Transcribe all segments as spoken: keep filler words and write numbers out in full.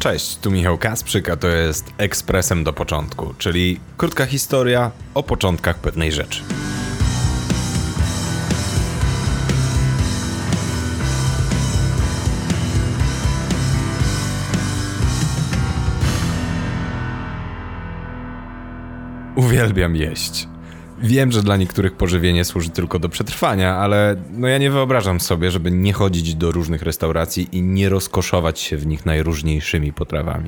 Cześć, tu Michał Kasprzyk, a to jest Ekspresem do początku, czyli krótka historia o początkach pewnej rzeczy. Uwielbiam jeść. Wiem, że dla niektórych pożywienie służy tylko do przetrwania, ale no ja nie wyobrażam sobie, żeby nie chodzić do różnych restauracji i nie rozkoszować się w nich najróżniejszymi potrawami.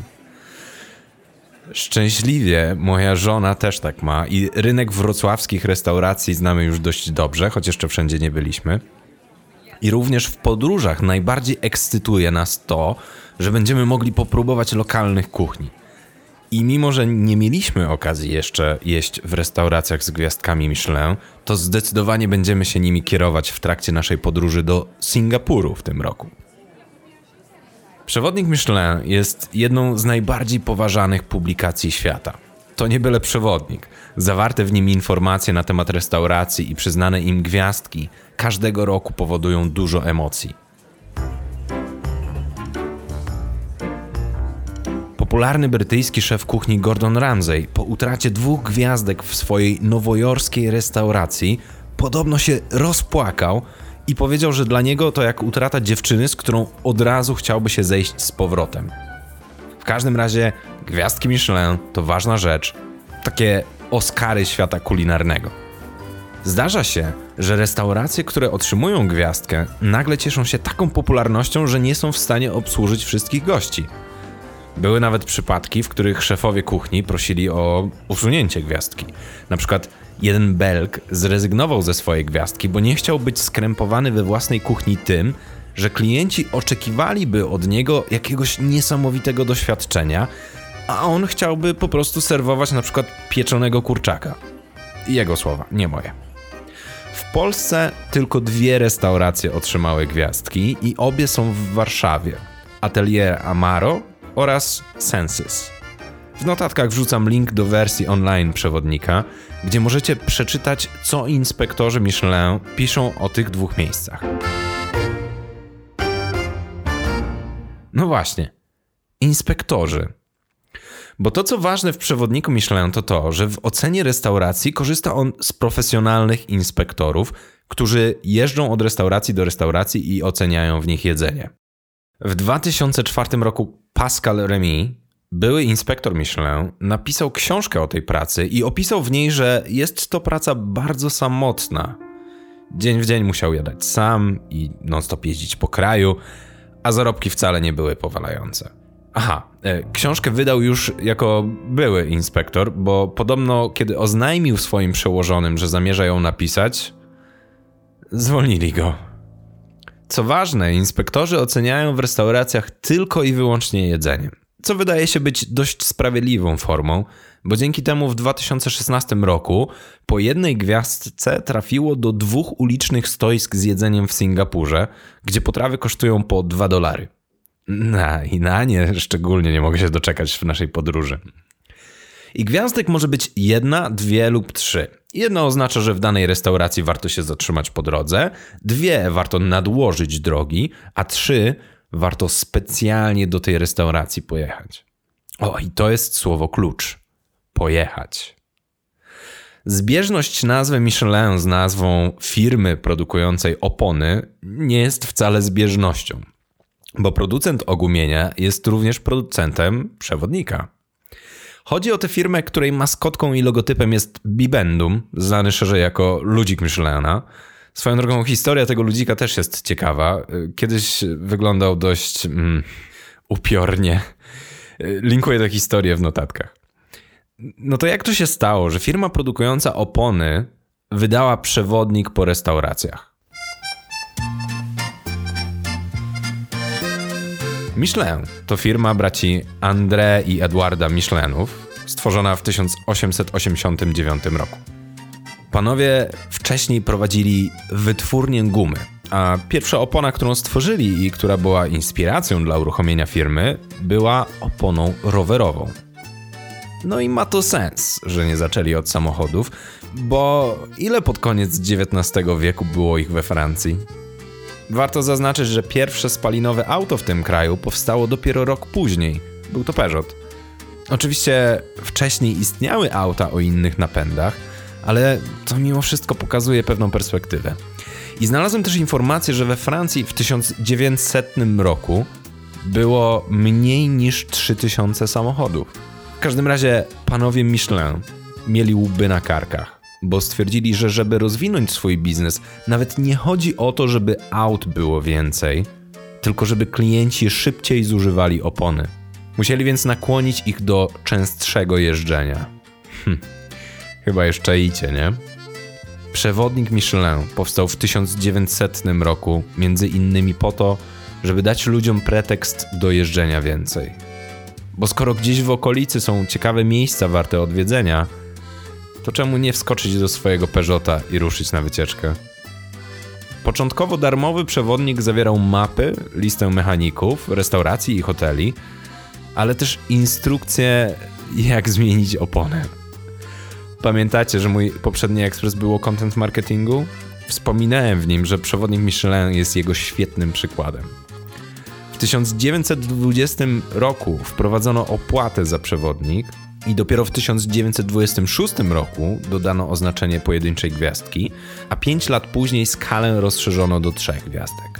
Szczęśliwie moja żona też tak ma i rynek wrocławskich restauracji znamy już dość dobrze, choć jeszcze wszędzie nie byliśmy. I również w podróżach najbardziej ekscytuje nas to, że będziemy mogli popróbować lokalnych kuchni. I mimo, że nie mieliśmy okazji jeszcze jeść w restauracjach z gwiazdkami Michelin, to zdecydowanie będziemy się nimi kierować w trakcie naszej podróży do Singapuru w tym roku. Przewodnik Michelin jest jedną z najbardziej poważanych publikacji świata. To nie byle przewodnik. Zawarte w nim informacje na temat restauracji i przyznane im gwiazdki każdego roku powodują dużo emocji. Popularny brytyjski szef kuchni Gordon Ramsay po utracie dwóch gwiazdek w swojej nowojorskiej restauracji podobno się rozpłakał i powiedział, że dla niego to jak utrata dziewczyny, z którą od razu chciałby się zejść z powrotem. W każdym razie gwiazdki Michelin to ważna rzecz, takie Oscary świata kulinarnego. Zdarza się, że restauracje, które otrzymują gwiazdkę, nagle cieszą się taką popularnością, że nie są w stanie obsłużyć wszystkich gości. Były nawet przypadki, w których szefowie kuchni prosili o usunięcie gwiazdki. Na przykład jeden Belg zrezygnował ze swojej gwiazdki, bo nie chciał być skrępowany we własnej kuchni tym, że klienci oczekiwaliby od niego jakiegoś niesamowitego doświadczenia, a on chciałby po prostu serwować na przykład pieczonego kurczaka. Jego słowa, nie moje. W Polsce tylko dwie restauracje otrzymały gwiazdki i obie są w Warszawie. Atelier Amaro oraz Senses. W notatkach wrzucam link do wersji online przewodnika, gdzie możecie przeczytać, co inspektorzy Michelin piszą o tych dwóch miejscach. No właśnie, inspektorzy. Bo to, co ważne w przewodniku Michelin, to to, że w ocenie restauracji korzysta on z profesjonalnych inspektorów, którzy jeżdżą od restauracji do restauracji i oceniają w nich jedzenie. W dwa tysiące czwartym roku Pascal Remy, były inspektor Michelin, napisał książkę o tej pracy i opisał w niej, że jest to praca bardzo samotna. Dzień w dzień musiał jadać sam i non-stop jeździć po kraju, a zarobki wcale nie były powalające. Aha, książkę wydał już jako były inspektor, bo podobno kiedy oznajmił swoim przełożonym, że zamierza ją napisać, zwolnili go. Co ważne, inspektorzy oceniają w restauracjach tylko i wyłącznie jedzenie, co wydaje się być dość sprawiedliwą formą, bo dzięki temu w dwa tysiące szesnastym roku po jednej gwiazdce trafiło do dwóch ulicznych stoisk z jedzeniem w Singapurze, gdzie potrawy kosztują po dwa dolary. No i na nie szczególnie nie mogę się doczekać w naszej podróży. I gwiazdek może być jedna, dwie lub trzy. Jedna oznacza, że w danej restauracji warto się zatrzymać po drodze, dwie warto nadłożyć drogi, a trzy warto specjalnie do tej restauracji pojechać. O, i to jest słowo klucz. Pojechać. Zbieżność nazwy Michelin z nazwą firmy produkującej opony nie jest wcale zbieżnością, bo producent ogumienia jest również producentem przewodnika. Chodzi o tę firmę, której maskotką i logotypem jest Bibendum, znany szerzej jako ludzik Michelina. Swoją drogą historia tego ludzika też jest ciekawa. Kiedyś wyglądał dość mm, upiornie. Linkuję tę historię w notatkach. No to jak to się stało, że firma produkująca opony wydała przewodnik po restauracjach? Michelin to firma braci André i Edwarda Michelinów, stworzona w tysiąc osiemset osiemdziesiątym dziewiątym roku. Panowie wcześniej prowadzili wytwórnię gumy, a pierwsza opona, którą stworzyli i która była inspiracją dla uruchomienia firmy, była oponą rowerową. No i ma to sens, że nie zaczęli od samochodów, bo ile pod koniec dziewiętnastego wieku było ich we Francji? Warto zaznaczyć, że pierwsze spalinowe auto w tym kraju powstało dopiero rok później, Był to Peugeot. Oczywiście wcześniej istniały auta o innych napędach, ale to mimo wszystko pokazuje pewną perspektywę. I znalazłem też informację, że we Francji w tysiąc dziewięćsetnym roku było mniej niż trzy tysiące samochodów. W każdym razie panowie Michelin mieli łby na karkach, bo stwierdzili, że żeby rozwinąć swój biznes, nawet nie chodzi o to, żeby aut było więcej, tylko żeby klienci szybciej zużywali opony. Musieli więc nakłonić ich do częstszego jeżdżenia. Hm, chyba jeszcze idzie, nie? Przewodnik Michelin powstał w tysiąc dziewięćsetnym roku, między innymi po to, żeby dać ludziom pretekst do jeżdżenia więcej. Bo skoro gdzieś w okolicy są ciekawe miejsca warte odwiedzenia, to czemu nie wskoczyć do swojego Peugeota i ruszyć na wycieczkę? Początkowo darmowy przewodnik zawierał mapy, listę mechaników, restauracji i hoteli, ale też instrukcje, jak zmienić opony. Pamiętacie, że mój poprzedni ekspres był o content marketingu? Wspominałem w nim, że przewodnik Michelin jest jego świetnym przykładem. W tysiąc dziewięćset dwudziestym roku wprowadzono opłatę za przewodnik i dopiero w tysiąc dziewięćset dwudziestym szóstym roku dodano oznaczenie pojedynczej gwiazdki, a pięć lat później skalę rozszerzono do trzech gwiazdek.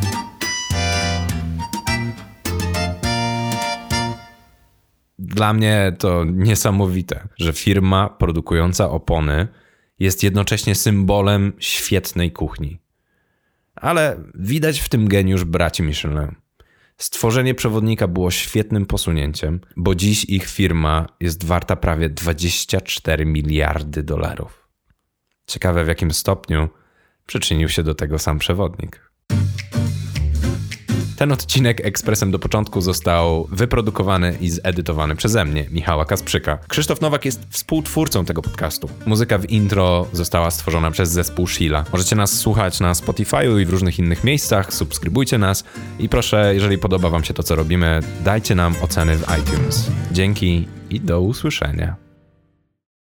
Dla mnie to niesamowite, że firma produkująca opony jest jednocześnie symbolem świetnej kuchni. Ale widać w tym geniusz braci Michelin. Stworzenie przewodnika było świetnym posunięciem, bo dziś ich firma jest warta prawie dwadzieścia cztery miliardy dolarów. Ciekawe, w jakim stopniu przyczynił się do tego sam przewodnik. Ten odcinek Ekspresem do początku został wyprodukowany i zedytowany przeze mnie, Michała Kasprzyka. Krzysztof Nowak jest współtwórcą tego podcastu. Muzyka w intro została stworzona przez zespół Sheila. Możecie nas słuchać na Spotify'u i w różnych innych miejscach, subskrybujcie nas i proszę, jeżeli podoba wam się to, co robimy, dajcie nam oceny w iTunes. Dzięki i do usłyszenia.